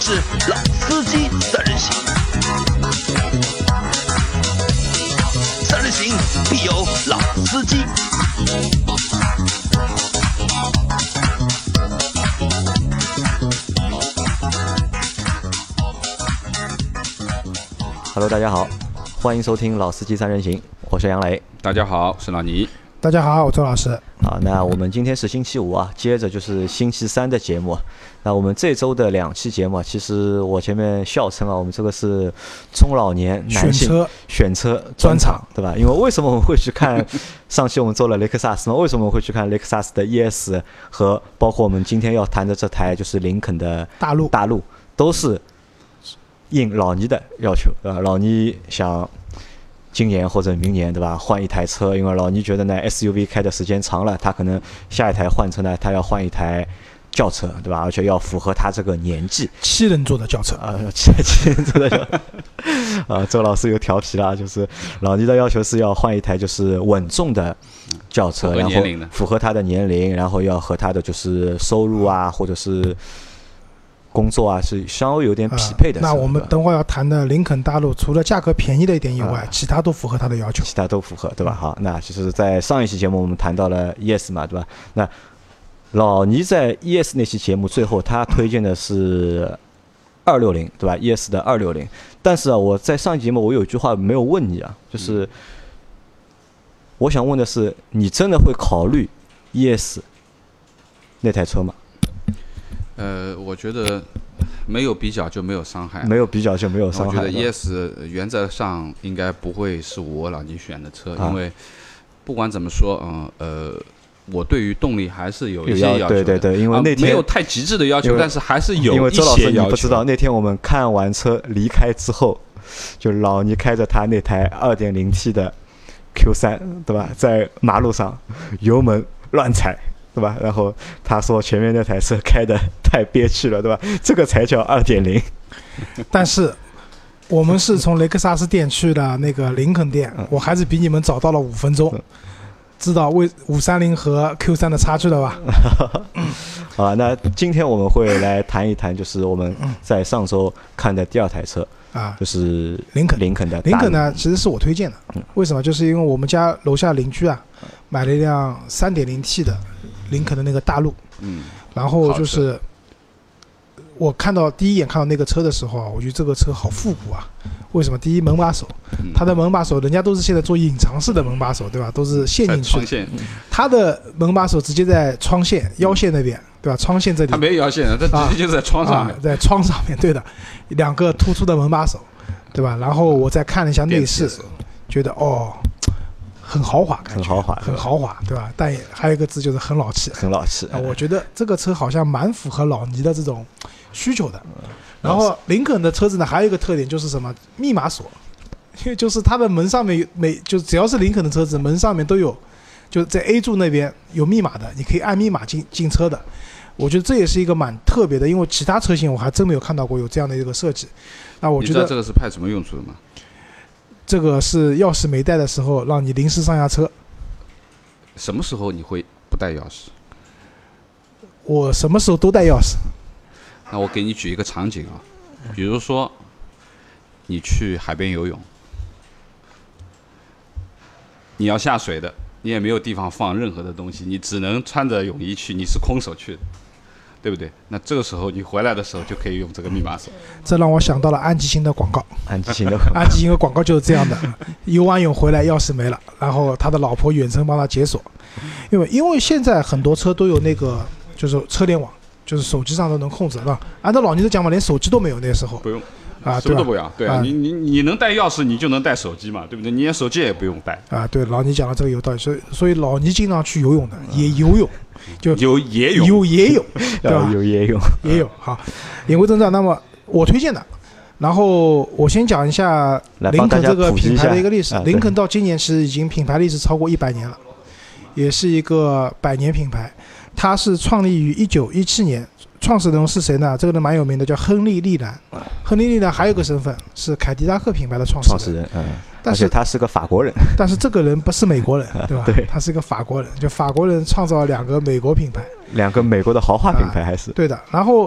是老司机三人行，三人行必有老司机。 Hello， 大家好，欢迎收听老司机三人行，我是杨磊。 大家好，我是老倪。 大家好，我周老师。 好，那我们今天是星期五啊，接着就是星期三的节目。那我们这周的2期节目，其实我前面笑称啊，我们这个是中老年男性选车专场，对吧？因为为什么我们会去看上期我们做了雷克萨斯呢？为什么我们会去看雷克萨斯的 ES 和包括我们今天要谈的这台就是林肯的大陆，都是应老倪的要求，老倪想今年或者明年，对吧？换一台车，因为老倪觉得呢 SUV 开的时间长了，他可能下一台换车呢，他要换一台轿车，对吧？而且要符合他这个年纪。 7人座的轿车 7人座的轿车。周老师又调皮了，就是老倪的要求是要换一台就是稳重的轿车，然后符合他的年龄，然后要和他的就是收入啊，或者是工作啊是稍微有点匹配的。 那我们等会儿要谈的林肯大陆，除了价格便宜的一点以外，其他都符合它的要求。 其他都符合，对吧？好，那其实在上一期节目我们谈到了 ES 嘛，对吧？那老倪在 ES 那期节目最后他推荐的是260，对吧 ？ES 的260。但是啊，我在上一期节目我有一句话没有问你啊，就是我想问的是，你真的会考虑 ES 那台车吗？ 我觉得没有比较就没有伤害， 没有比较就没有伤害。 我觉得 ES 原则上应该不会是我老倪选的车，因为不管怎么说，我对于动力还是有一些要求的。 对，因为那天没有太极致的要求，但是还是有一些要求。 因为周老师你不知道，那天我们看完车离开之后，就老倪开着他那台 2.0T 的 Q3， 对吧？在马路上油门乱踩，对吧？然后他说前面那台车开的太憋屈了，对吧？这个才叫 2.0。 但是我们是从雷克萨斯店去的那个林肯店，我还是比你们早到了5分钟，知道为530和 Q3 的差距了吧？ 好，那今天我们会来谈一谈，就是我们在上周看的第2台车就是林肯的。 林肯呢，其实是我推荐的。为什么？就是因为我们家楼下邻居买了一辆 3.0T 的林肯的那个大陆，然后就是我第一眼看到那个车的时候，我觉得这个车好复古啊。为什么？第一，门把手，它的门把手人家都是现在做隐藏式的门把手，对吧？都是陷进去，它的门把手直接在窗线腰线那边，对吧？窗线这里它没有腰线，它直接就在窗上面， 在窗上面，对的，2个突出的门把手，对吧？然后我再看了一下内饰，觉得很豪华，感觉很豪华，对吧？但还有一个字就是很老气，我觉得这个车好像蛮符合老倪的这种需求的。然后林肯的车子呢，还有一个特点就是什么？密码锁，就是它的门上面就只要是林肯的车子，门上面都有，就在 A 柱那边有密码的，你可以按密码进车的。我觉得这也是一个蛮特别的，因为其他车型我还真没有看到过有这样的一个设计。那我觉得你知道这个是派什么用处的吗？ 这个是钥匙没带的时候，让你临时上下车。 什么时候你会不带钥匙？ 我什么时候都带钥匙。 那我给你举一个场景比如说你去海边游泳，你要下水的，你也没有地方放任何的东西，你只能穿着泳衣去，你是空手去的，对不对？那这个时候你回来的时候就可以用这个密码锁。 这让我想到了安吉星的广告。 安吉星的广告就是这样的，游完泳回来钥匙没了，然后他的老婆远程帮他解锁。因为现在很多车都有那个就是车联网，就是手机上都能控制，吧？按照老倪的讲法，连手机都没有那时候。 不用什么都不要，对啊，你能带钥匙，你就能带手机嘛，对不对？你连手机也不用带对，老倪讲的这个有道理，所以老倪经常去游泳的，也游泳，就也有对吧？也有。好，言归正传，那么我推荐的，然后我先讲一下林肯这个品牌的一个历史。林肯到今年其实已经品牌历史超过100年了，也是一个100年品牌。它是创立于1917年。创始人是谁呢？这个人蛮有名的，叫亨利·利兰。亨利·利兰还有个身份是凯迪拉克品牌的创始人， 而且他是个法国人。 但是这个人不是美国人，对吧？ 对， 他是一个法国人，就法国人创造了2个美国品牌，2 个美国的豪华品牌还是对的。然后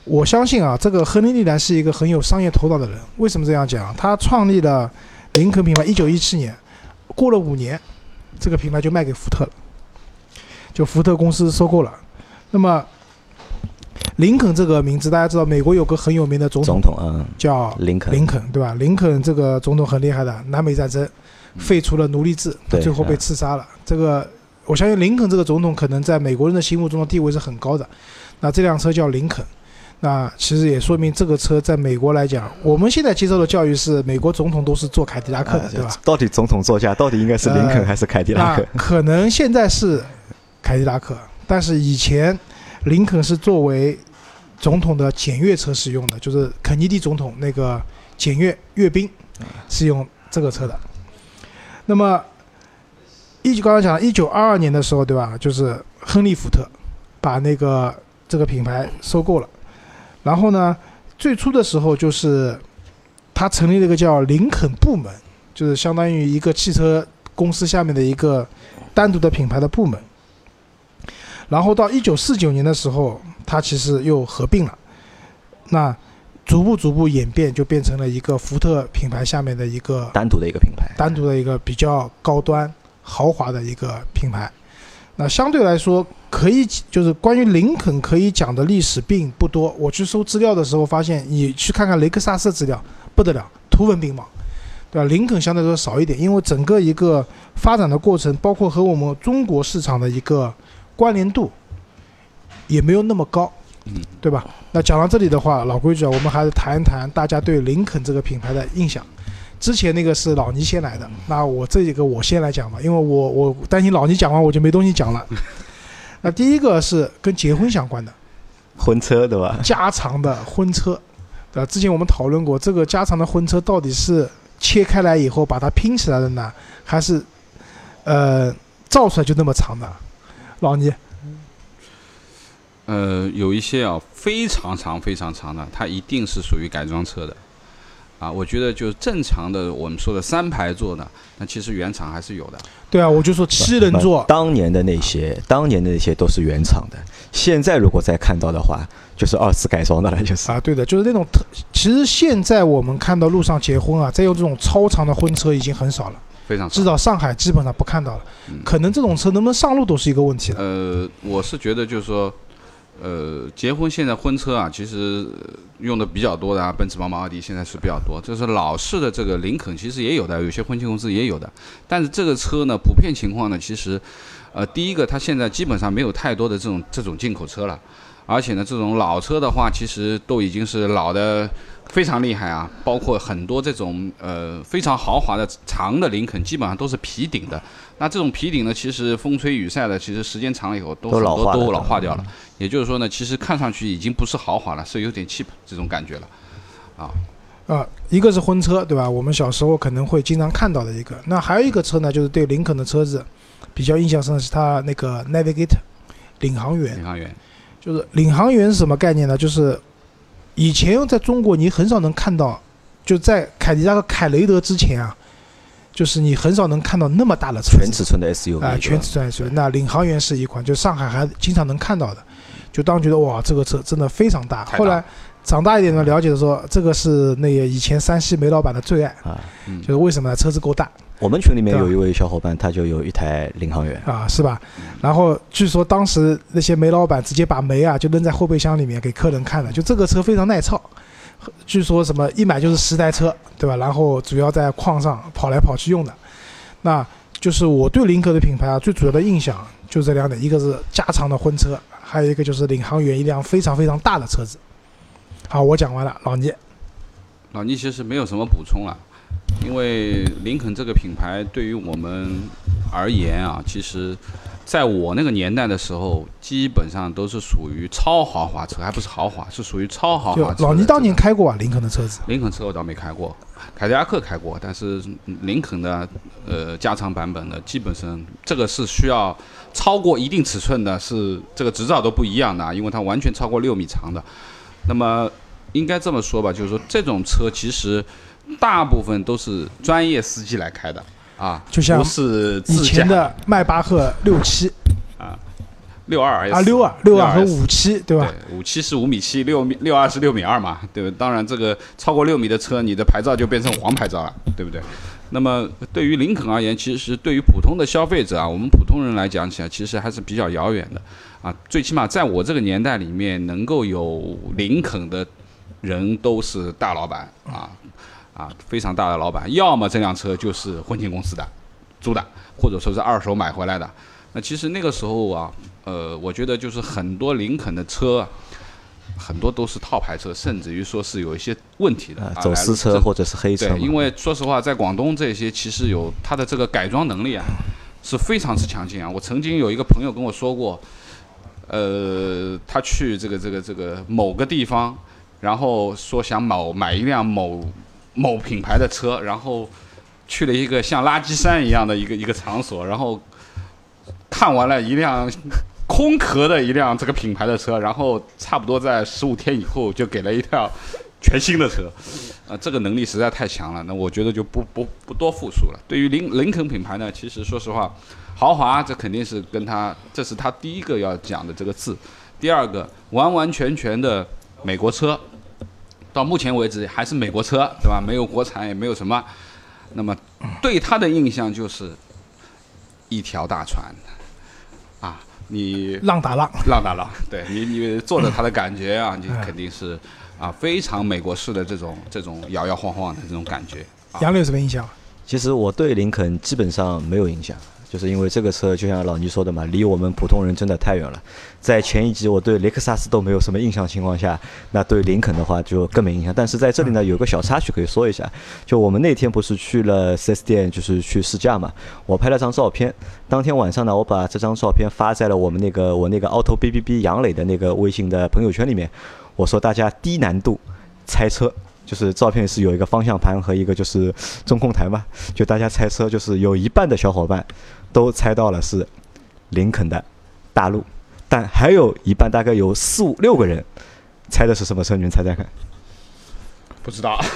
我相信啊，这个亨利·利兰是一个很有商业头脑的人。为什么这样讲？他创立了林肯品牌，1917年，过了5年，这个品牌就卖给福特了，就福特公司收购了。那么，林肯这个名字大家知道，美国有个很有名的总统叫林肯，对吧？林肯这个总统很厉害的，南北战争废除了奴隶制，最后被刺杀了。这个我相信林肯这个总统可能在美国人的心目中的地位是很高的。那这辆车叫林肯。那其实也说明这个车在美国来讲，我们现在接受的教育是美国总统都是坐凯迪拉克的，对吧？ 到底总统座驾到底应该是林肯还是凯迪拉克？ 可能现在是凯迪拉克，但是以前林肯是作为总统的检阅车使用的，就是肯尼迪总统那个检阅阅兵是用这个车的。那么刚才讲了1922年的时候，对吧？就是亨利·福特把这个品牌收购了。然后呢，最初的时候就是他成立了一个叫林肯部门，就是相当于一个汽车公司下面的一个单独的品牌的部门。然后到1949年的时候，他其实又合并了，那逐步演变，就变成了一个福特品牌下面的一个单独的一个品牌， 单独的一个比较高端豪华的一个品牌。那相对来说，就是关于林肯可以讲的历史并不多。我去搜资料的时候发现，你去看看雷克萨斯资料不得了，图文并茂，对吧？林肯相对来说少一点，因为整个一个发展的过程，包括和我们中国市场的一个关联度也没有那么高，对吧？那讲到这里的话，老规矩啊，我们还是谈一谈大家对林肯这个品牌的印象。之前那个是老倪先来的，那我先来讲吧，因为我担心老倪讲完我就没东西讲了。那第一个是跟结婚相关的， 婚车对吧？ 加长的婚车，对吧？之前我们讨论过，这个加长的婚车到底是切开来以后把它拼起来的呢，还是造出来就那么长的？老倪， 有一些非常长的，它一定是属于改装车的。我觉得就正常的我们说的3排座的，那其实原厂还是有的。 对啊，我就说7人座， 当年的那些都是原厂的。现在如果再看到的话，就是2次改装的了，就是对的，就是那种其实现在我们看到路上结婚再用这种超长的婚车已经很少了， 非常少， 至少上海基本上不看到了。可能这种车能不能上路都是一个问题了。 我是觉得就是说。结婚现在婚车其实用的比较多的奔驰、宝马、奥迪现在是比较多。就是老式的这个林肯其实也有的，有些婚庆公司也有的。但是这个车呢，普遍情况呢，其实，第一个它现在基本上没有太多的这种进口车了，而且呢，这种老车的话，其实都已经是老的非常厉害包括很多这种非常豪华的长的林肯，基本上都是皮顶的。那这种皮顶呢，其实风吹雨晒的，其实时间长了以后都老化掉了。也就是说呢，其实看上去已经不是豪华了，是有点 cheap 这种感觉了。 一个是婚车，对吧？我们小时候可能会经常看到的一个。那还有一个车呢，就是对林肯的车子比较印象深的是它那个 Navigator 领航员。就是领航员是什么概念呢？就是以前在中国你很少能看到，就在凯迪拉克凯雷德之前就是你很少能看到那么大的车子， 全尺寸的 SUV 全尺寸 SUV。那领航员是一款，就上海还经常能看到的。就当觉得哇，这个车真的非常大。后来长大一点的了解的说，这个是那个以前山西煤老板的最爱就是为什么呢？车子够大。 我们群里面有一位小伙伴，他就有一台领航员是吧？然后据说当时那些煤老板直接把煤就扔在后备箱里面给客人看了，就这个车非常耐操。据说什么一买就是10台车，对吧？然后主要在矿上跑来跑去用的。那就是我对林肯的品牌最主要的印象就这2点，一个是加长的婚车，还有一个就是领航员，一辆非常非常大的车子。好，我讲完了。老倪其实没有什么补充了，因为林肯这个品牌对于我们而言其实在我那个年代的时候，基本上都是属于超豪华车，还不是豪华，是属于超豪华车。 老倪当年开过林肯的车子？ 林肯车我倒没开过，凯迪拉克开过，但是林肯的加长版本的，基本上这个是需要超过一定尺寸的，是这个执照都不一样的，因为它完全超过6米长的。那么应该这么说吧，就是说这种车其实大部分都是专业司机来开的就像不是以前的迈巴赫67 62 啊，62和57，对吧？ 对，57是5.7米，62是6.2米嘛，对不对？当然，这个超过6米的车，你的牌照就变成黄牌照了，对不对？那么对于林肯而言，其实对于普通的消费者啊，我们普通人来讲起来，其实还是比较遥远的啊。最起码在我这个年代里面，能够有林肯的人都是大老板啊，非常大的老板，要么这辆车就是婚庆公司的租的，或者说是二手买回来的。那其实那个时候啊，我觉得就是很多林肯的车，很多都是套牌车，甚至于说是有一些问题的， 走私车或者是黑车。 对，因为说实话，在广东这些其实有它的这个改装能力啊，是非常之强劲啊。我曾经有一个朋友跟我说过，他去这个某个地方，然后说想买一辆某品牌的车，然后去了一个像垃圾山一样的一个场所，然后看完了一辆空壳的一辆这个品牌的车，然后差不多在15天以后就给了一辆全新的车，这个能力实在太强了。那我觉得就不多复述了。对于林肯品牌呢，其实说实话，豪华这肯定是这是他第一个要讲的这个字。第二个，完完全全的美国车，到目前为止还是美国车，对吧？没有国产，也没有什么。那么对他的印象就是一条大船。你浪打浪， 对你坐着它的感觉啊，你肯定是非常美国式的这种摇摇晃晃的这种感觉。 杨磊有什么印象？ 其实我对林肯基本上没有印象，就是因为这个车就像老倪说的嘛，离我们普通人真的太远了。在前一集我对雷克萨斯都没有什么印象情况下，那对林肯的话就更没印象。但是在这里呢，有个小插曲可以说一下，就我们那天不是去了 4S 店，就是去试驾嘛，我拍了张照片。当天晚上呢，我把这张照片发在了我那个 Auto BBB 杨磊的那个微信的朋友圈里面，我说大家低难度猜车。就是照片是有一个方向盘和一个就是中控台嘛，就大家猜车，就是有一半的小伙伴都猜到了是林肯的大陆，但还有一半大概有4、5、6个人猜的是什么车？你们猜猜看？ 不知道。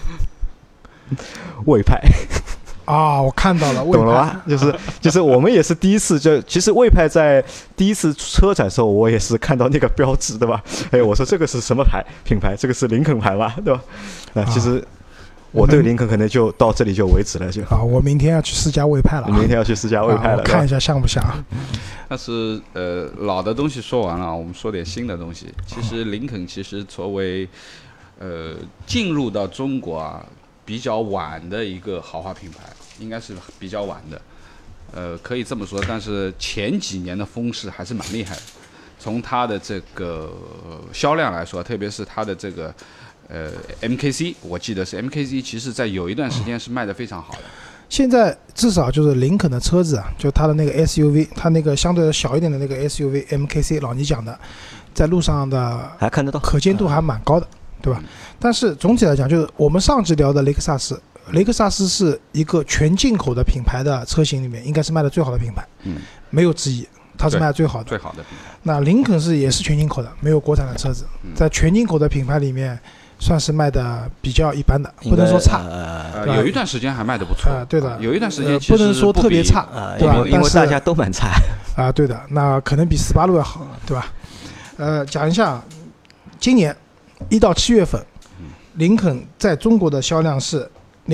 魏派。 我看到了， 懂了吧？就是我们也是第一次，其实魏派在第一次车展的时候，我也是看到那个标志，对吧？我说这个是什么品牌？这个是林肯牌嘛，对吧？其实我对林肯可能就到这里就为止了，就。 我明天要去试驾魏派了。 明天要去试驾魏派了， 看一下像不像？ 但是老的东西说完了，我们说点新的东西。其实林肯其实作为进入到中国啊比较晚的一个豪华品牌。应该是比较晚的，可以这么说，但是前几年的风势还是蛮厉害的。从它的这个销量来说，特别是它的这个MKC， 我记得是 MKC， 其实在有一段时间是卖得非常好的。 现在至少就是林肯的车子啊，就它的那个 SUV， 它那个相对小一点的那个 SUV MKC， 老倪讲的，在路上的还看得到， 可见度还蛮高的，对吧？但是总体来讲，就是我们上集聊的雷克萨斯是一个全进口的品牌的车型里面，应该是卖的最好的品牌，没有之一，它是卖的最好的品牌。 那林肯也是全进口的，没有国产的车子，在全进口的品牌里面，算是卖的比较一般的，不能说差。 有一段时间还卖的不错。 对的， 有一段时间不能说特别差，对吧？ 因为大家都蛮差。 对的，那可能比斯巴鲁要好，对吧？讲一下，今年1到7月份，林肯在中国的销量是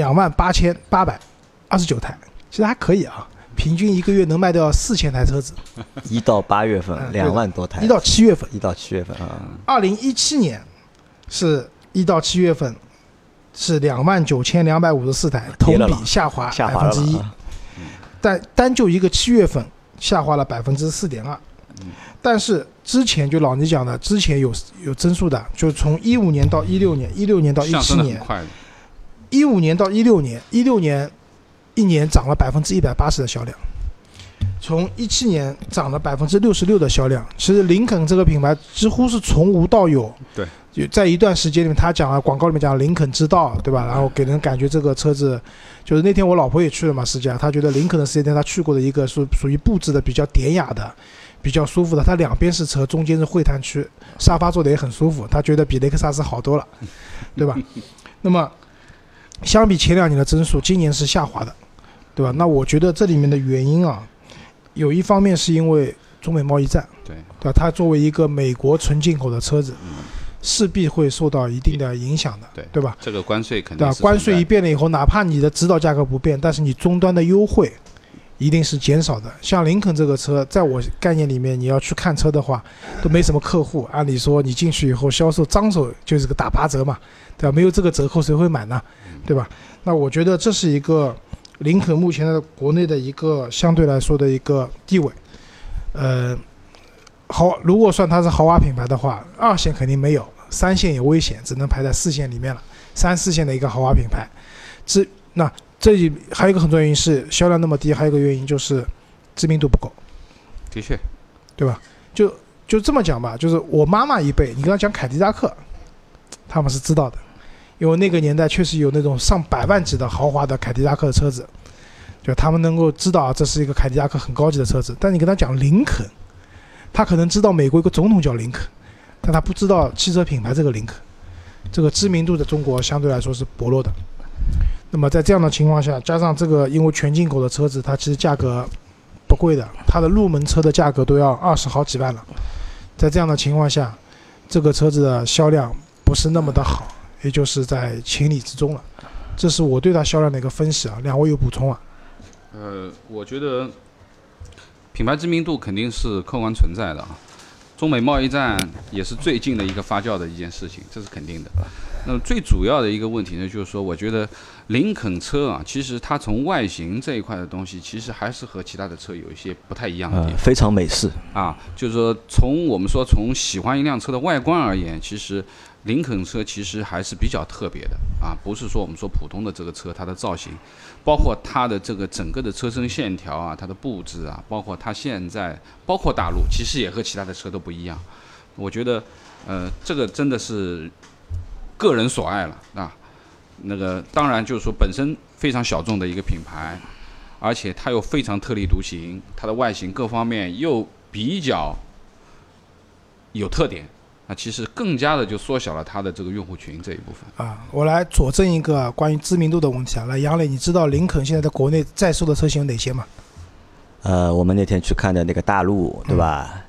28,829台，其实还可以啊，平均一个月能卖掉4000台车子。 1到8月份2万多台。 1到7月份，2017年是1到7月份是29,254台，同比下滑1%，但单就一个7月份下滑了4.2%。但是之前就老倪讲的，之前有增速的，就从15年到16年，16年到17年，15年到16年，16年一年涨了180%的销量，从17年涨了66%的销量。其实林肯这个品牌几乎是从无到有， 对， 在一段时间里面，他讲了广告里面讲林肯之道，对吧？然后给人感觉这个车子，就是那天我老婆也去了嘛试驾，她觉得林肯的试驾店她去过的一个属于布置的比较典雅的。比较舒服的，它两边是车，中间是会谈区，沙发坐的也很舒服，他觉得比雷克萨斯好多了，对吧？那么相比前2年的增速，今年是下滑的，对吧？那我觉得这里面的原因啊，有一方面是因为中美贸易战， 对吧？它作为一个美国纯进口的车子，势必会受到一定的影响的，对吧？ 这个关税肯定对吧？关税一变了以后，哪怕你的指导价格不变，但是你终端的优惠一定是减少的。像林肯这个车，在我概念里面，你要去看车的话，都没什么客户。按理说，你进去以后，销售张手就是个打8折嘛，对吧？没有这个折扣，谁会买呢？对吧？那我觉得这是一个林肯目前的国内的一个相对来说的一个地位。如果算它是豪华品牌的话，2线肯定没有，3线也危险，只能排在4线里面了。3、4线的一个豪华品牌，这里还有一个很重要原因是销量那么低，还有一个原因就是知名度不够。 的确， 对吧？就这么讲吧，就是我妈妈一辈，你跟她讲凯迪拉克，他们是知道的，因为那个年代确实有那种上100万级的豪华的凯迪拉克的车子，就他们能够知道这是一个凯迪拉克很高级的车子。但你跟他讲林肯，他可能知道美国一个总统叫林肯，但他不知道汽车品牌这个林肯，这个知名度在中国相对来说是薄弱的。那么在这样的情况下，加上这个因为全进口的车子，它其实价格不贵的，它的入门车的价格都要20好几万了。在这样的情况下，这个车子的销量不是那么的好，也就是在情理之中了。这是我对它销量的一个分析啊，两位有补充啊？ 我觉得品牌知名度肯定是客观存在的啊。中美贸易战也是最近的一个发酵的一件事情，这是肯定的。那么最主要的一个问题呢，就是说，我觉得林肯车啊，其实它从外形这一块的东西，其实还是和其他的车有一些不太一样的地方。 非常美式啊，就是说我们说从喜欢一辆车的外观而言，其实林肯车其实还是比较特别的啊，不是说我们说普通的这个车它的造型，包括它的这个整个的车身线条啊，它的布置啊，包括它现在包括大陆，其实也和其他的车都不一样。我觉得这个真的是个人所爱了啊。那个当然就是说本身非常小众的一个品牌，而且它又非常特立独行，它的外形各方面又比较有特点。那其实更加的就缩小了它的这个用户群这一部分啊。我来佐证一个关于知名度的问题啊。来，杨磊，你知道林肯现在在国内在售的车型有哪些吗？ 我们那天去看的那个大陆，对吧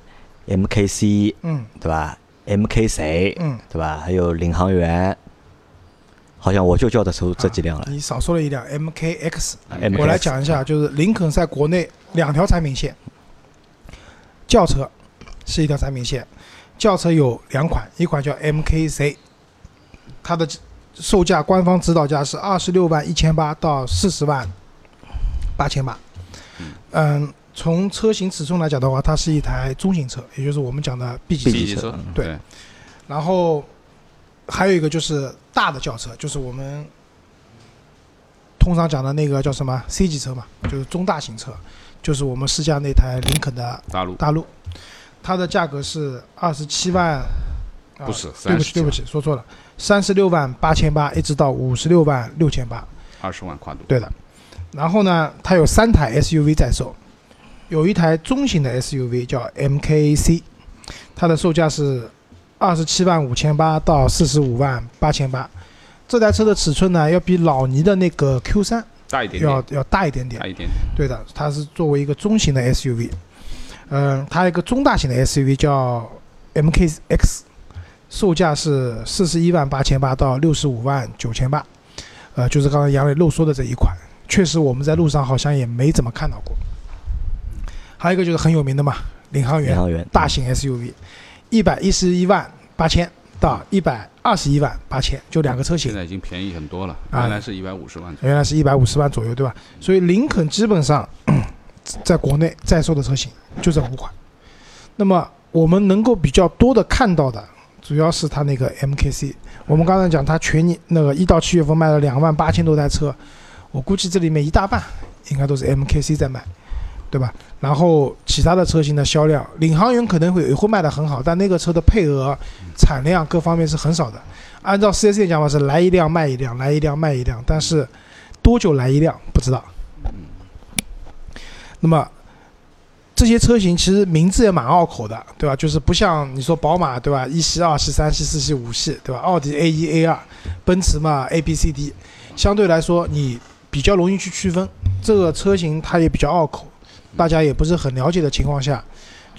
？MKC， 对吧？MKC， 对吧？还有领航员，好像我就叫得出这几辆了。 你少说了一辆 MKX。我来讲一下，就是林肯在国内2条产品线，轿车是一条产品线。轿车有2款，一款叫 MKC， 它的售价官方指导价是26万1800到40万8800。从车型尺寸来讲的话，它是一台中型车，也就是我们讲的 B 级车。对。然后还有一个就是大的轿车，就是我们通常讲的那个叫什么 C 级车嘛，就是中大型车，就是我们试驾那台林肯的大陆。它的价格是27万， 不是， 对不起，说错了，36万8800一直到56万6800，20 万跨度。 对的。然后呢，它有3台 SUV 在售，有一台中型的 SUV 叫 MKC， 它的售价是27万5800到45万8800。这台车的尺寸呢，要比老尼的那个 Q3 大一点点， 要大一点点。对的，它是作为一个中型的 SUV。它一个中大型的 SUV 叫 MKX， 售价是41万8800到65万9800。就是刚刚杨磊漏说的这一款，确实我们在路上好像也没怎么看到过。还有一个就是很有名的嘛，领航员大型 SUV，111万8000到121万8000，就2个车型。 现在已经便宜很多了，原来是150万。 原来是150万左右，对吧？所以林肯基本上在国内在售的车型就这5款。那么我们能够比较多的看到的，主要是它那个 MKC。我们刚才讲它全年那个1到7月份卖了2万8000多台车，我估计这里面一大半应该都是 MKC 在卖，对吧？然后其他的车型的销量，领航员可能也会卖得很好，但那个车的配额、产量各方面是很少的。按照 4S 店讲法是来一辆卖一辆，来一辆卖一辆，但是多久来一辆不知道。那么这些车型其实名字也蛮拗口的，对吧？就是不像你说宝马，对吧？1系、2系、3系、4系、5系，对吧？奥迪 A1、A2，奔驰嘛 A、B、C、D， 相对来说你比较容易去区分。这个车型它也比较拗口，大家也不是很了解的情况下，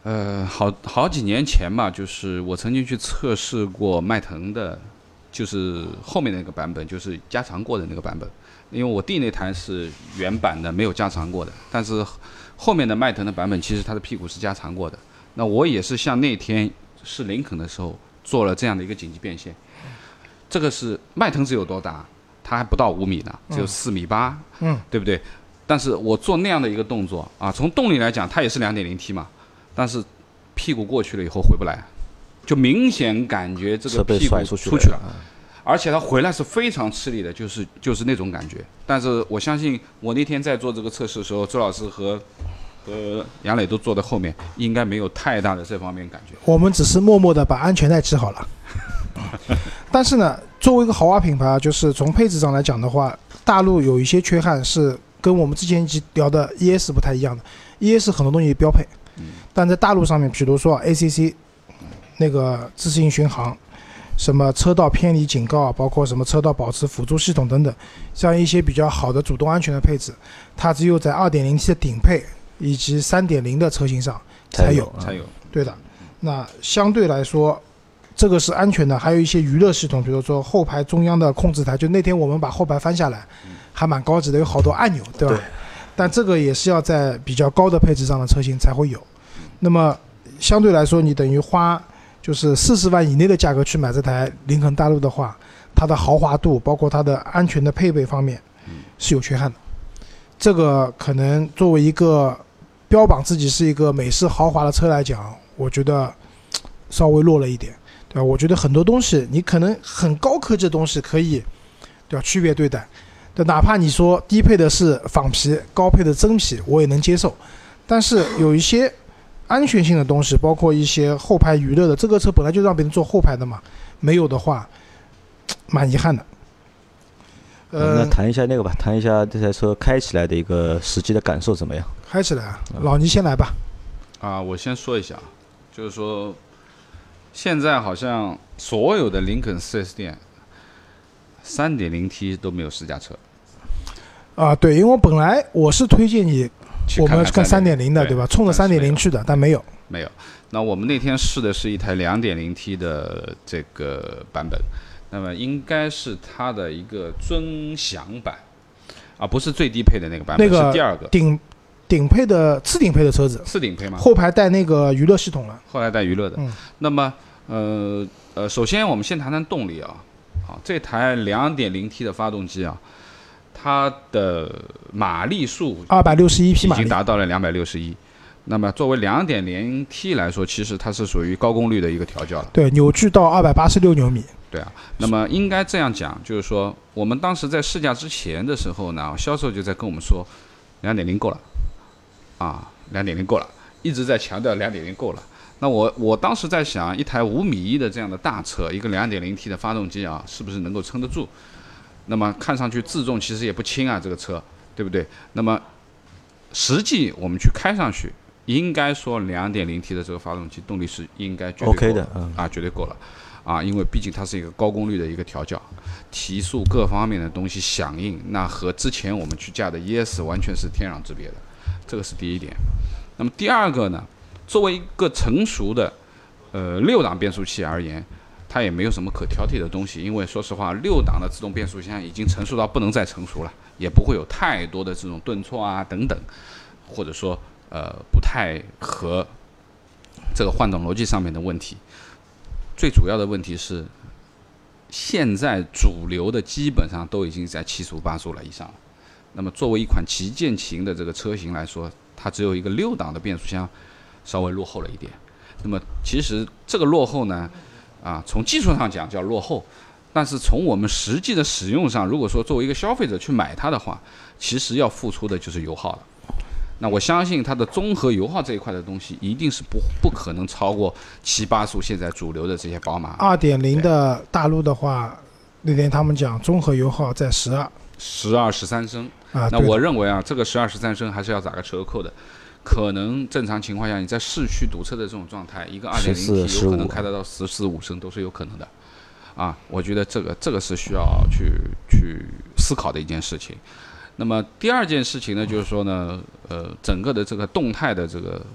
好几年前吧，就是我曾经去测试过迈腾的，就是后面那个版本，就是加长过的那个版本。因为我弟那台是原版的，没有加长过的，但是后面的迈腾的版本其实它的屁股是加长过的。那我也是像那天试林肯的时候做了这样的一个紧急变线。这个是迈腾只有多大？它还不到5米呢，只有4.8米，对不对？但是我做那样的一个动作啊，从动力来讲，它也是 2.0T 嘛，但是屁股过去了以后回不来，就明显感觉这个屁股出去了。而且它回来是非常吃力的，就是那种感觉。但是我相信，我那天在做这个测试的时候，周老师和杨磊都坐在后面，应该没有太大的这方面感觉。 我们只是默默的把安全带系好了。但是呢，作为一个豪华品牌啊，就是从配置上来讲的话，大陆有一些缺憾是跟我们之前一集聊的 ES 不太一样的。ES 很多东西标配，但在大陆上面，比如说 ACC 那个自适应巡航。什么车道偏离警告，包括什么车道保持辅助系统等等，这样一些比较好的主动安全的配置，它只有在 2.0T 的顶配以及 3.0 的车型上才有。对的。那相对来说，这个是安全的。还有一些娱乐系统，比如说后排中央的控制台，就那天我们把后排翻下来，还蛮高级的，有好多按钮，对吧？对。但这个也是要在比较高的配置上的车型才会有。那么相对来说，你等于花就是40万以内的价格去买这台林肯大陆的话，它的豪华度包括它的安全的配备方面是有缺憾的。这个可能作为一个标榜自己是一个美式豪华的车来讲，我觉得稍微弱了一点，对吧？我觉得很多东西你可能很高科技的东西可以，对吧？区别对待，对，哪怕你说低配的是仿皮，高配的真皮，我也能接受。但是有一些安全性的东西，包括一些后排娱乐的，这个车本来就让别人坐后排的嘛，没有的话，蛮遗憾的。 那谈一下那个吧，谈一下这台车开起来的一个实际的感受怎么样？ 开起来啊，老倪先来吧。 我先说一下，就是说，现在好像所有的林肯 4S 店 3.0T 都没有试驾车。 对，因为本来我是推荐你。我们是看 3.0 的，对吧？冲着 3.0 去的，但没有。那我们那天试的是一台 2.0T 的这个版本，那么应该是它的一个尊享版，不是最低配的那个版本，是第二个顶配的次顶配的车子。次顶配吗？后排带那个娱乐系统了。后排带娱乐的。那么首先我们先谈谈动力啊。这台 2.0T 的发动机啊。它的马力数261匹马力已经达到了261，那么作为 2.0T 来说，其实它是属于高功率的一个调教了。对，扭矩到286牛米。对啊，那么应该这样讲，就是说我们当时在试驾之前的时候呢，销售就在跟我们说 2.0 够了，2.0够了，一直在强调 2.0 够了。那我当时在想，一台5.1米的这样的大车，一个 2.0T 的发动机啊，是不是能够撑得住？那么看上去自重其实也不轻啊，这个车，对不对？那么实际我们去开上去，应该说 2.0T 的这个发动机动力是应该绝对够的，绝对够了，因为毕竟它是一个高功率的一个调教，提速各方面的东西响应，那和之前我们去驾的 ES 完全是天壤之别的，这个是第一点。那么第二个呢，作为一个成熟的6档变速器而言，它也没有什么可挑剔的东西，因为说实话，6档的自动变速箱已经成熟到不能再成熟了，也不会有太多的这种顿挫啊等等，或者说不太合这个换挡逻辑上面的问题。最主要的问题是，现在主流的基本上都已经在7速8速了以上了。那么作为一款旗舰型的这个车型来说，它只有一个6档的变速箱稍微落后了一点。那么其实这个落后呢，从技术上讲叫落后，但是从我们实际的使用上，如果说作为一个消费者去买它的话，其实要付出的就是油耗了。那我相信它的综合油耗这一块的东西，一定是不可能超过7、8速现在主流的这些宝马。2.0 的大陆的话，那天他们讲综合油耗在12、13升。那我认为这个12、13升还是要打个折扣的。可能正常情况下，你在市区堵车的这种状态，一个 2.0T 有可能开得到14、15升都是有可能的。我觉得这个是需要去思考的一件事情。这个第二件事情呢，就是说呢，整个的这个动态的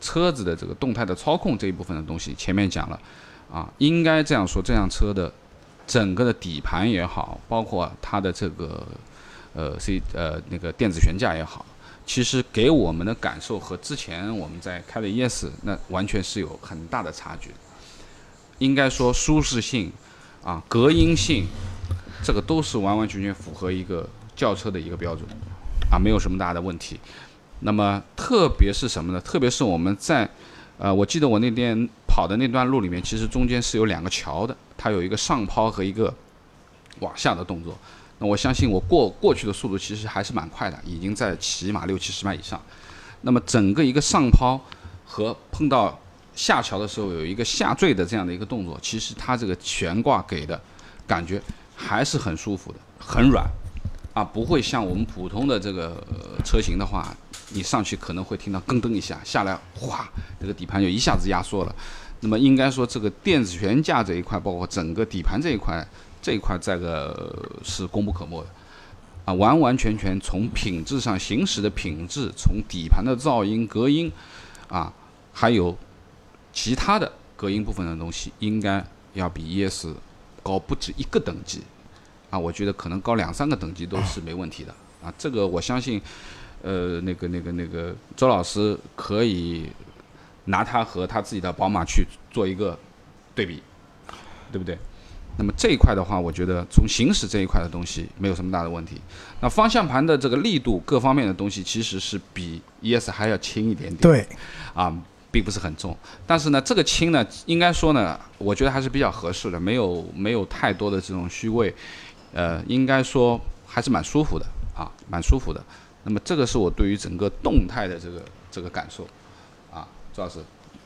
车子的这个动态的操控这一部分的东西，前面讲了啊，应该这样说，这辆车的整个的底盘也好，包括它的这个那个电子悬架也好，其实给我们的感受和之前我们在开的 ES 那完全是有很大的差距。应该说舒适性啊、隔音性，这个都是完完全全符合一个轿车的一个标准啊，没有什么大的问题。那么特别是什么呢？特别是我们在我记得我那天跑的那段路里面，其实中间是有2个桥的，它有一个上抛和一个往下的动作。那我相信我过去的速度其实还是蛮快的，已经在起码60-70迈以上。那么整个一个上抛和碰到下桥的时候有一个下坠的这样的一个动作，其实它这个悬挂给的感觉还是很舒服的，很软啊，不会像我们普通的这个车型的话，你上去可能会听到咯噔一下，下来哗，这个底盘就一下子压缩了。那么应该说这个电子悬架这一块，包括整个底盘这一块这个是功不可没的啊，完完全全从品质上，行驶的品质，从底盘的噪音、隔音啊，还有其他的隔音部分的东西，应该要比 ES 高不止1个等级啊，我觉得可能高2-3个等级都是没问题的啊。这个我相信，那个周老师可以拿它和他自己的宝马去做一个对比，对不对？那么这一块的话，我觉得从行驶这一块的东西没有什么大的问题。那方向盘的这个力度各方面的东西，其实是比 ES 还要轻一点点。 对， 啊，并不是很重。但是呢，这个轻呢，应该说呢，我觉得还是比较合适的，没有太多的这种虚位，应该说还是蛮舒服的啊，蛮舒服的。那么这个是我对于整个动态的这个感受啊，周老师。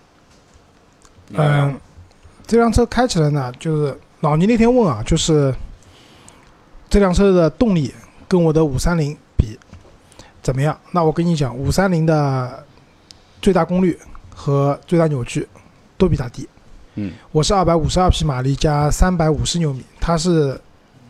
这辆车开起来呢，就是老倪那天问啊，就是这辆车的动力跟我的530比怎么样？那我跟你讲，530的最大功率和最大扭矩都比它低。我是252匹马力加350牛米，它是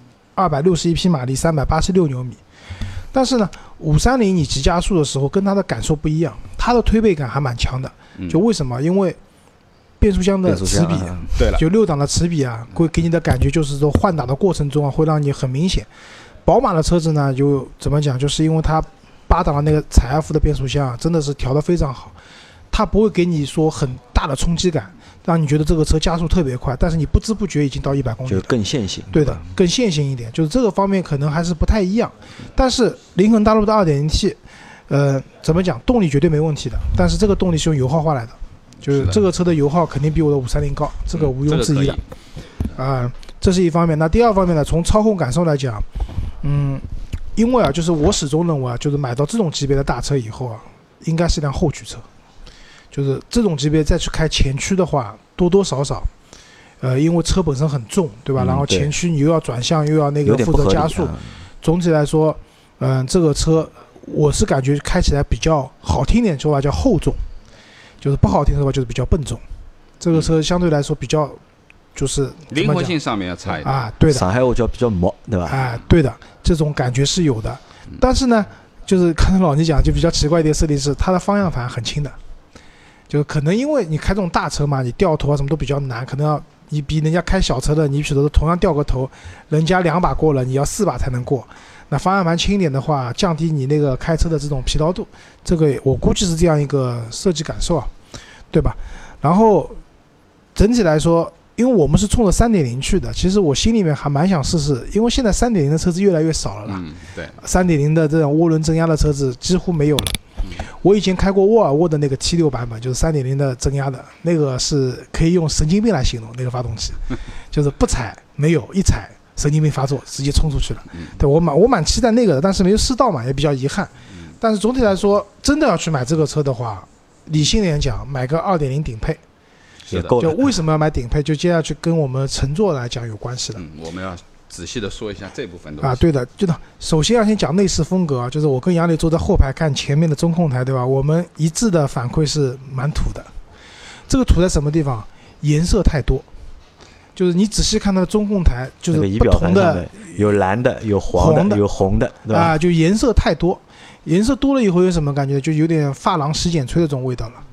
261匹马力386牛米。但是呢，530你急加速的时候跟它的感受不一样，它的推背感还蛮强的。就为什么？因为变速箱的齿比， 对了， 就6档的齿比啊，会给你的感觉就是说换挡的过程中啊，会让你很明显。宝马的车子呢，就怎么讲，就是因为它8档的那个采埃孚的变速箱啊，真的是调得非常好，它不会给你说很大的冲击感，让你觉得这个车加速特别快，但是你不知不觉已经到100公里了， 就更线性。 对的，更线性一点，就是这个方面可能还是不太一样。但是林肯大陆的 2.0T，怎么讲，动力绝对没问题的，但是这个动力是用油耗换来的。就是这个车的油耗肯定比我的530高，这个毋庸置疑的。这是一方面。那第二方面呢，从操控感受来讲，因为啊，就是我始终认为啊，就是买到这种级别的大车以后啊，应该是辆后驱车。就是这种级别再去开前驱的话，多多少少，因为车本身很重，对吧？然后前驱你又要转向，又要那个负责加速，总体来说，这个车我是感觉开起来比较好听点说法叫厚重。就是不好听的话，就是比较笨重。这个车相对来说比较，就是灵活性上面要差一点啊，对的。 上海话叫比较磨，对吧？ 对的，这种感觉是有的。但是呢，就是刚才老倪讲，就比较奇怪一点设定是，它的方向盘很轻的，就可能因为你开这种大车嘛，你掉头啊什么都比较难，可能要你比人家开小车的，你比如说同样掉个头，人家2把过了，你要4把才能过。那方向盘轻一点的话，降低你那个开车的这种疲劳度，这个我估计是这样一个设计感受啊，对吧？然后整体来说，因为我们是冲着 3.0 去的，其实我心里面还蛮想试试，因为现在 3.0 的车子越来越少了啦。 对 3.0 的这种涡轮增压的车子几乎没有了。我以前开过沃尔沃的那个 T6 版本，就是 3.0 的增压的，那个是可以用神经病来形容那个发动机，就是不踩没有，一踩神经病发作，直接冲出去了。对，我蛮期待那个的，但是没有试到嘛，也比较遗憾。但是总体来说，真的要去买这个车的话，理性点讲，买个 2.0 顶配也够了。 就为什么要买顶配，就接下去跟我们乘坐来讲有关系的。 我们要仔细的说一下这部分东西。 对的，对的。首先要先讲内饰风格啊，就是我跟杨磊坐在后排看前面的中控台，对吧？我们一致的反馈是蛮土的。这个土在什么地方？颜色太多。就是你仔细看它的中控台，就是不同的， 有蓝的，有黄的，有红的，对吧？ 就颜色太多，颜色多了以后有什么感觉？就有点发廊洗剪吹的这种味道了。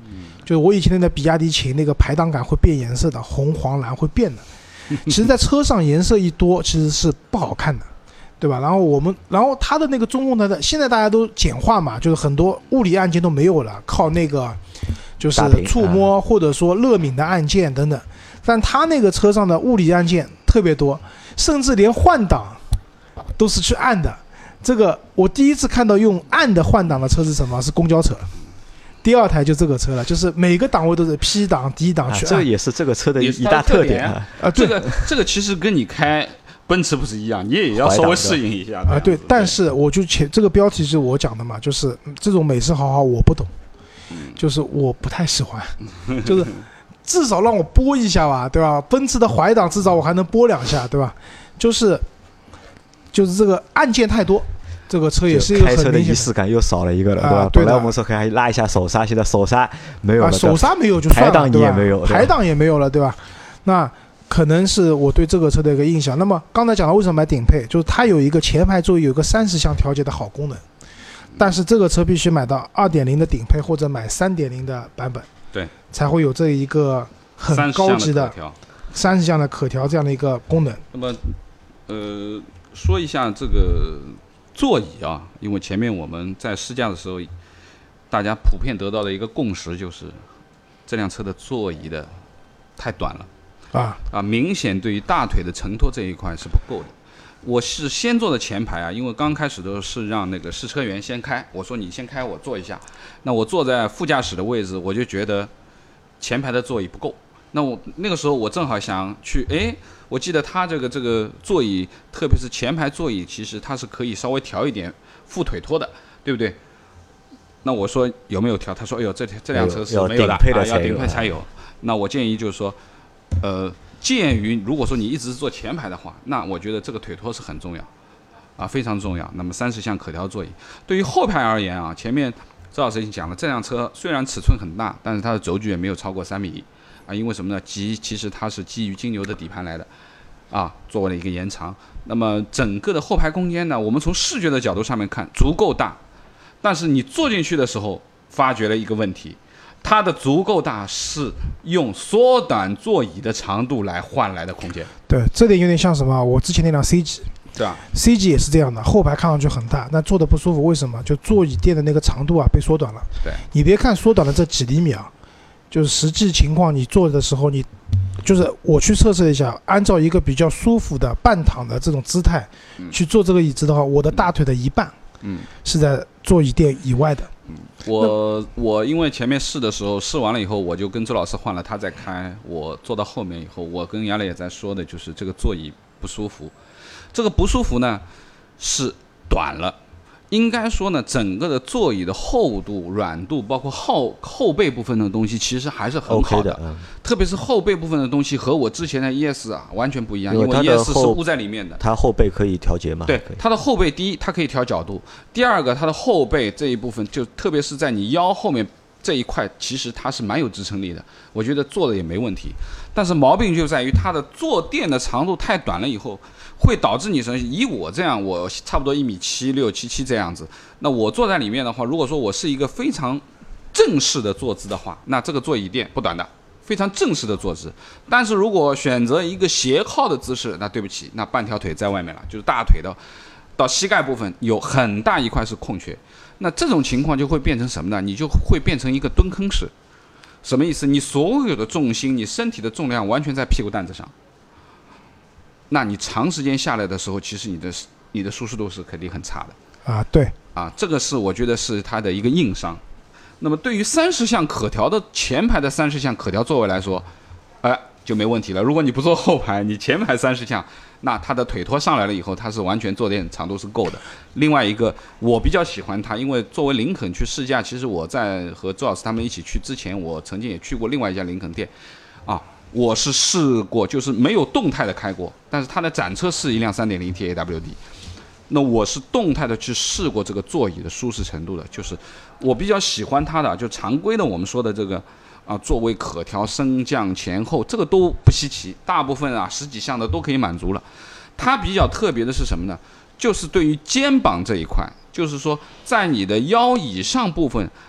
就是我以前的比亚迪秦那个排档杆会变颜色的，红黄蓝会变的。其实，在车上颜色一多，其实是不好看的，对吧？然后它的那个中控台的，现在大家都简化嘛，就是很多物理按键都没有了，靠那个就是触摸或者说勒敏的按键等等。但它那个车上的物理按键特别多，甚至连换挡都是去按的。这个我第一次看到用按的换挡的车是什么？是公交车。第二台就这个车了，就是每个档位都是 P 档、D 档去按， 这也是这个车的一大特点啊。 这个其实跟你开奔驰不是一样，你也要稍微适应一下啊。 对，但是我就这个标题是我讲的嘛，就是这种美式豪华我不懂，就是我不太喜欢，就是至少让我拨一下吧，对吧？奔驰的怀档至少我还能拨2下，对吧？就是这个按键太多。这个车也是一个开车的仪式感又少了一个了，对吧？本来我们说还拉一下手刹，现在手刹没有了， 手刹没有就算了， 排档也没有， 排档也没有了，对吧？那可能是我对这个车的一个印象。那么刚才讲到为什么买顶配，就是它有一个前排座椅有个30项调节的好功能，但是这个车必须买到 2.0 的顶配或者买 3.0 的版本， 对， 才会有这一个很高级的30项的可调这样的一个功能。 那么说一下这个座椅啊，因为前面我们在试驾的时候，大家普遍得到的一个共识就是，这辆车的座椅的太短了明显对于大腿的承托这一块是不够的。我是先坐的前排啊，因为刚开始都是让那个试车员先开，我说你先开，我坐一下。那我坐在副驾驶的位置，我就觉得前排的座椅不够。那我那个时候我正好想去，我记得它这个座椅，特别是前排座椅，其实它是可以稍微调一点副腿托的，对不对？那我说有没有调？他说，这辆车是没有的，要顶配才有。那我建议就是说，鉴于如果说你一直是坐前排的话，那我觉得这个腿托是很重要，非常重要。那么30项可调座椅，对于后排而言啊，前面周老师已经讲了，这辆车虽然尺寸很大，但是它的轴距也没有超过3米。因为什么呢？其实它是基于金牛的底盘来的，作为了一个延长。那么整个的后排空间呢，我们从视觉的角度上面看足够大，但是你坐进去的时候发觉了一个问题，它的足够大是用缩短座椅的长度来换来的空间。 对，这点有点像什么？我之前那辆 C 级， 对吧 ？C 级也是这样的，后排看上去很大，但坐的不舒服。为什么？就座椅垫的那个长度被缩短了。 对， 你别看缩短了这几厘米啊。就是实际情况，你坐的时候，就是我去测试一下，按照一个比较舒服的半躺的这种姿态去坐这个椅子的话，我的大腿的一半，是在座椅垫以外的。 我因为前面试的时候，试完了以后，我就跟周老师换了，他再开。我坐到后面以后，我跟杨磊也在说的，就是这个座椅不舒服。这个不舒服呢，是短了。应该说呢，整个的座椅的厚度、软度，包括后背部分的东西，其实还是很好的。特别是后背部分的东西和我之前的 ES 完全不一样，因为 ES 是捂在里面的。 它后背可以调节嘛？ 对，它的后背，第一它可以调角度，第二个它的后背这一部分，就特别是在你腰后面这一块，其实它是蛮有支撑力的，我觉得坐的也没问题。但是毛病就在于它的坐垫的长度太短了以后，会导致你说以我这样，我差不多1.76米、1.77这样子，那我坐在里面的话，如果说我是一个非常正式的坐姿的话，那这个座椅垫不短的，非常正式的坐姿。但是如果选择一个斜靠的姿势，那对不起，那半条腿在外面了，就是大腿的到膝盖部分有很大一块是空缺。那这种情况就会变成什么呢？你就会变成一个蹲坑式。什么意思？你所有的重心，你身体的重量完全在屁股蛋子上。那你长时间下来的时候，其实你的舒适度是肯定很差的。 对这个是我觉得是它的一个硬伤。那么对于30项可调的前排的30项可调座位来说，就没问题了。如果你不坐后排，你前排30项，那它的腿托上来了以后，它是完全坐垫长度是够的。另外一个，我比较喜欢它，因为作为林肯去试驾，其实我在和周老师他们一起去之前，我曾经也去过另外一家林肯店，我是试过，就是没有动态的开过，但是它的展车是一辆 3.0T AWD。那我是动态的去试过这个座椅的舒适程度的，就是我比较喜欢它的，就常规的我们说的这个座位可调升降前后，这个都不稀奇，大部分10几项的都可以满足了。它比较特别的是什么呢？就是对于肩膀这一块，就是说在你的腰以上部分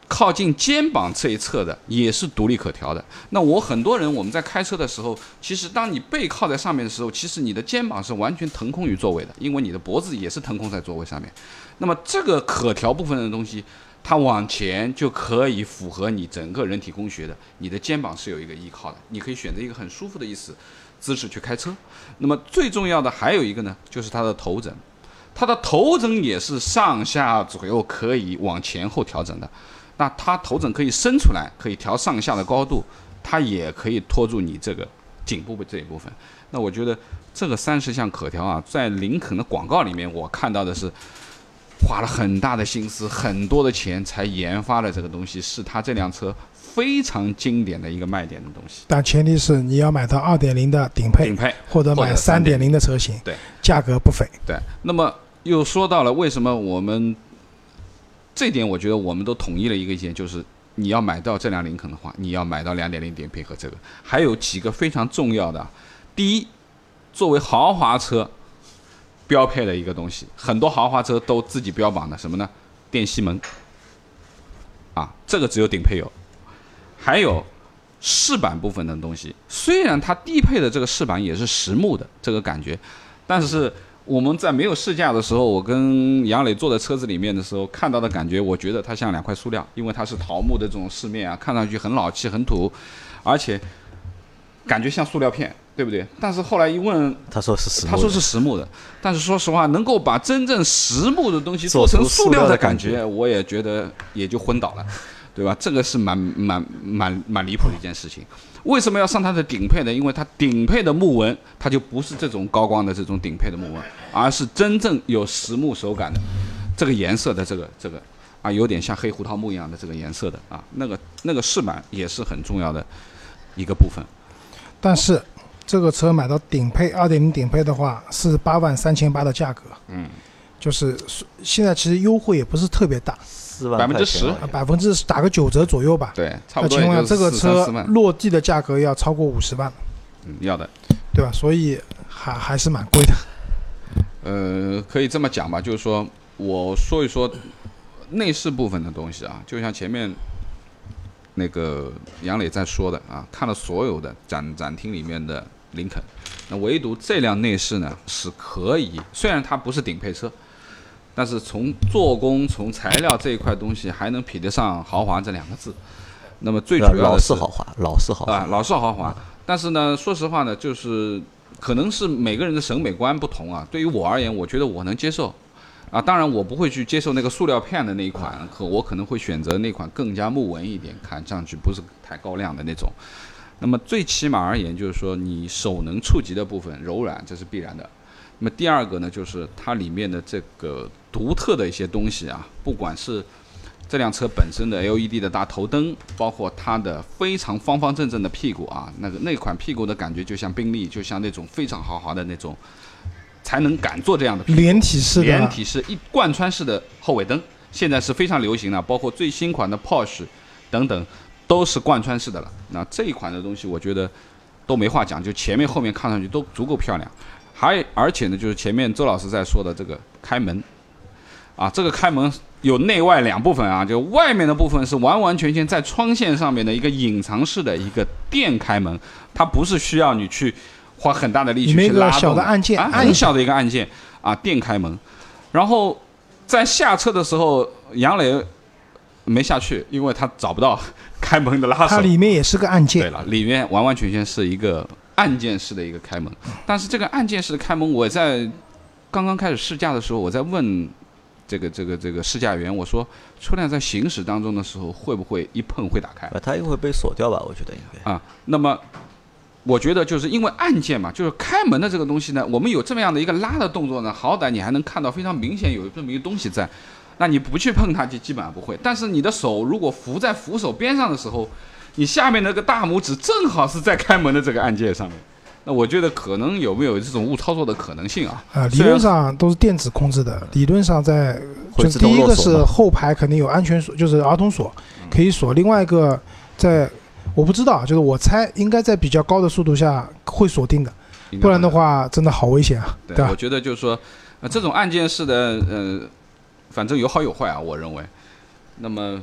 靠近肩膀这一侧的也是独立可调的。那很多人我们在开车的时候，其实当你背靠在上面的时候，其实你的肩膀是完全腾空于座位的，因为你的脖子也是腾空在座位上面。那么这个可调部分的东西，它往前就可以符合你整个人体工学的，你的肩膀是有一个依靠的，你可以选择一个很舒服的姿势去开车。那么最重要的还有一个呢，就是它的头枕，它的头枕也是上下左右可以往前后调整的。那它头枕可以伸出来，可以调上下的高度，它也可以托住你这个颈部这一部分。那我觉得这个30项可调啊，在林肯的广告里面，我看到的是花了很大的心思、很多的钱才研发了这个东西，是它这辆车非常经典的一个卖点的东西。 但前提是你要买到2.0的顶配，或者买3.0的车型， 对， 价格不菲。 对，那么又说到了为什么我们。这点我觉得我们都统一了一个意见，就是你要买到这辆林肯的话，你要买到2.0顶配和这个。还有几个非常重要的，第一，作为豪华车标配的一个东西，很多豪华车都自己标榜的什么呢？电吸门啊，这个只有顶配有。还有饰板部分的东西，虽然它低配的这个饰板也是实木的这个感觉，但是我们在没有试驾的时候，我跟杨磊坐在车子里面的时候看到的感觉，我觉得它像2块塑料，因为它是桃木的这种饰面啊，看上去很老气很土，而且感觉像塑料片，对不对？但是后来一问， 他说是实木的。但是说实话，能够把真正实木的东西做成塑料的感觉，我也觉得也就昏倒了，对吧？这个是蛮离谱的一件事情。为什么要上它的顶配呢？因为它顶配的木纹，它就不是这种高光的这种顶配的木纹，而是真正有实木手感的这个颜色的这个啊，有点像黑胡桃木一样的这个颜色的啊，那个饰板也是很重要的一个部分。 但是这个车买到顶配2.0顶配的话，是83800的价格，就是现在其实优惠也不是特别大。10%，打个9折左右吧。 对，差不多。 那情况下，这个车落地的价格要超过50万。 要的， 对吧？所以还是蛮贵的。 可以这么讲吧，就是说我说一说内饰部分的东西啊，就像前面那个杨磊在说的啊，看了所有的展厅里面的林肯，那唯独这辆内饰呢是可以，虽然它不是顶配车。但是从做工、从材料这一块东西，还能匹得上豪华这2个字。那么最主要的是老式豪华。 但是呢，说实话呢，就是可能是每个人的审美观不同啊。对于我而言，我觉得我能接受啊。当然，我不会去接受那个塑料片的那一款，我可能会选择那款更加木纹一点，看上去不是太高亮的那种。那么最起码而言，就是说你手能触及的部分柔软，这是必然的。那么第二个呢，就是它里面的这个独特的一些东西啊，不管是这辆车本身的 LED 的大头灯，包括它的非常方方正正的屁股啊，那款屁股的感觉就像宾利，就像那种非常豪华的那种，才能敢做这样的屁股。 连体式一贯穿式的后尾灯，现在是非常流行的，包括最新款的 Porsche 等等都是贯穿式的了。那这一款的东西，我觉得都没话讲，就前面后面看上去都足够漂亮。而且呢，就是前面周老师在说的这个开门啊，这个开门有内外2部分啊，就外面的部分是完完全全在窗线上面的一个隐藏式的一个电开门，它不是需要你去花很大的力气去拉动， 小的按键， 很小的一个按键啊，电开门。然后在下车的时候，杨磊没下去，因为他找不到开门的拉手。 它里面也是个按键。 对了，里面完完全全是一个按键式的一个开门。但是这个按键式的开门，我在刚刚开始试驾的时候，我在问这个试驾员，我说车辆在行驶当中的时候会不会一碰会打开？ 它应该会被锁掉吧？我觉得应该啊。那么我觉得就是因为按键嘛，就是开门的这个东西呢，我们有这么样的一个拉的动作呢，好歹你还能看到非常明显有这么一个东西在，那你不去碰它就基本上不会。但是你的手如果扶在扶手边上的时候，你下面那个大拇指正好是在开门的这个按键上面，那我觉得可能有没有这种误操作的可能性啊？ 理论上都是电子控制的，理论上就是第一个是后排肯定有安全锁，就是儿童锁可以锁，另外一个我不知道，就是我猜应该在比较高的速度下会锁定的，不然的话真的好危险啊！对吧？ 我觉得就是说，这种按键式的，反正有好有坏啊，我认为。那么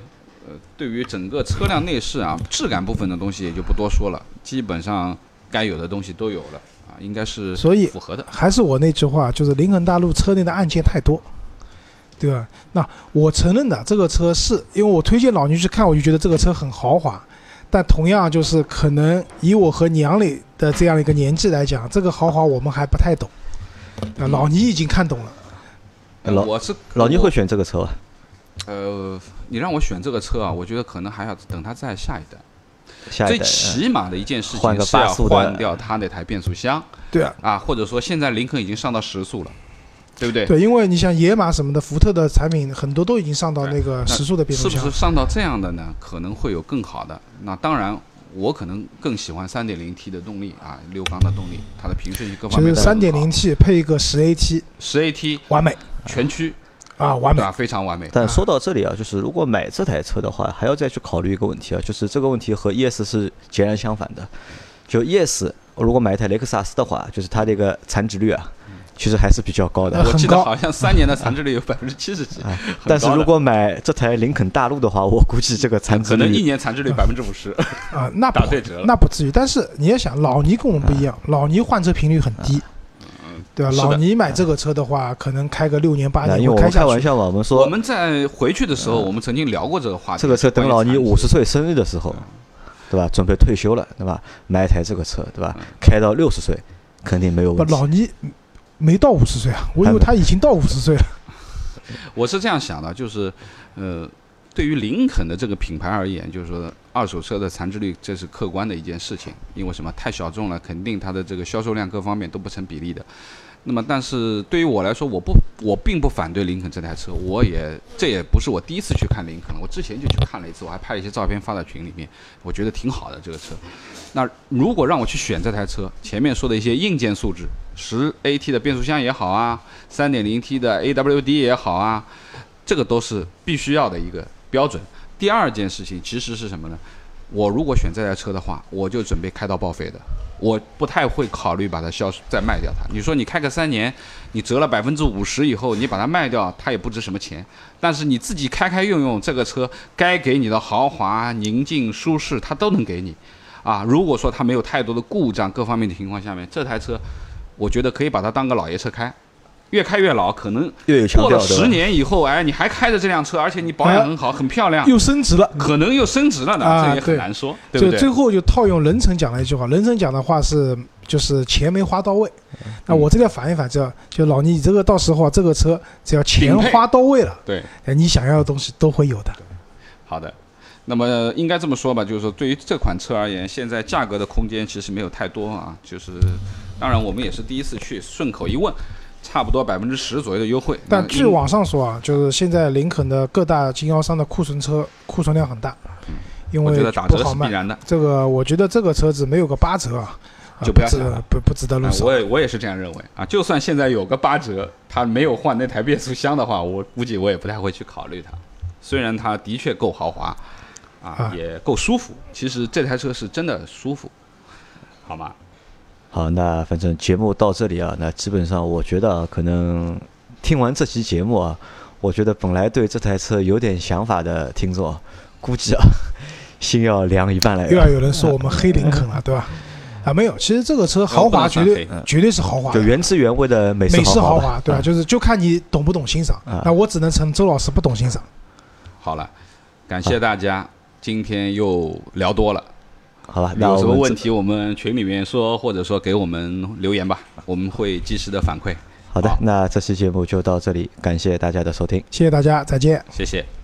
对于整个车辆内饰啊，质感部分的东西也就不多说了，基本上该有的东西都有了啊，应该是符合的。 还是我那句话，就是林肯大陆车内的按键太多，对吧？那我承认的，这个车是因为我推荐老倪去看，我就觉得这个车很豪华，但同样就是可能以我和娘里的这样一个年纪来讲，这个豪华我们还不太懂。老倪已经看懂了。 老倪会选这个车吧？ 你让我选这个车啊，我觉得可能还要等它再下一代。最起码的一件事情是要换掉它那台变速箱。 对啊， 或者说现在林肯已经上到10速了，对不对？ 对，因为你像野马什么的，福特的产品很多都已经上到那个10速的变速箱。 是不是上到这样的呢？可能会有更好的。那当然，我可能更喜欢 3.0T 的动力啊，6缸的动力，它的平顺性各方面。 就是 3.0T 配一个10AT，10AT 完美， 全区。 完美， 非常完美。 但说到这里啊，就是如果买这台车的话，还要再去考虑一个问题啊，就是这个问题和 ES 是截然相反的。就 ES 如果买一台雷克萨斯的话，就是它这个残值率啊，其实还是比较高的。 我记得好像3年的残值率有70%几。 但是如果买这台林肯大陆的话，我估计这个残值率可能1年残值率50% 啊，那打对折了，那不至于。但是你要想，老倪跟我们不一样，老倪换车频率很低。对吧？老倪买这个车的话，可能开个6年8年， 因为我们开玩笑嘛，我们说我们在回去的时候，我们曾经聊过这个话题。 这个车等老倪50岁生日的时候，对吧？准备退休了，对吧？买一台这个车，对吧？开到60岁，肯定没有问题。 老倪没到50岁啊，我以为他已经到50岁了。 我是这样想的，就是对于林肯的这个品牌而言，就是说二手车的残值率，这是客观的一件事情。因为什么？太小众了，肯定它的这个销售量各方面都不成比例的。那么，但是对于我来说，我并不反对林肯这台车，这也不是我第一次去看林肯了，我之前就去看了一次，我还拍了一些照片发到群里面，我觉得挺好的这个车。那如果让我去选这台车，前面说的一些硬件素质，10AT 的变速箱也好啊，3.0T 的 AWD 也好啊，这个都是必须要的一个标准。第二件事情其实是什么呢？我如果选这台车的话，我就准备开到报废的，我不太会考虑把它再卖掉它。你说你开个3年，你折了50%以后，你把它卖掉，它也不值什么钱。但是你自己开用这个车，该给你的豪华、宁静、舒适，它都能给你。啊，如果说它没有太多的故障各方面的情况下面，这台车，我觉得可以把它当个老爷车开。越开越老，可能过了10年以后，哎，你还开着这辆车，而且你保养很好，很漂亮， 又升值了， 可能又升值了呢，这也很难说，对不对？ 最后就套用任成讲了一句话，任成讲的话是就是钱没花到位。那我这个反一反，就老倪，你这个到时候这个车只要钱花到位了， 对， 你想要的东西都会有的。 好的，那么应该这么说吧，就是说对于这款车而言，现在价格的空间其实没有太多啊，就是当然我们也是第一次去，顺口一问。差不多10%左右的优惠， 但据网上说啊，就是现在林肯的各大经销商的库存量很大，因为不好卖。这个我觉得这个车子没有个8折啊， 就不要想了， 不值得入手。 我也是这样认为啊，就算现在有个8折，它没有换那台变速箱的话，我估计我也不太会去考虑它。虽然它的确够豪华啊，也够舒服，其实这台车是真的舒服，好吗？ 好，那反正节目到这里啊，那基本上我觉得可能听完这期节目啊，我觉得本来对这台车有点想法的听众，估计心要凉一半了。 又要有人说我们黑林肯了，对吧？啊，没有，其实这个车豪华绝对是豪华， 就原汁原味的美式豪华，对吧？就看你懂不懂欣赏。那我只能称周老师不懂欣赏。 好了，感谢大家，今天又聊多了。 好吧， 有什么问题我们群里面说，或者说给我们留言吧，我们会及时的反馈。 好的，那这期节目就到这里，感谢大家的收听， 谢谢大家，再见， 谢谢。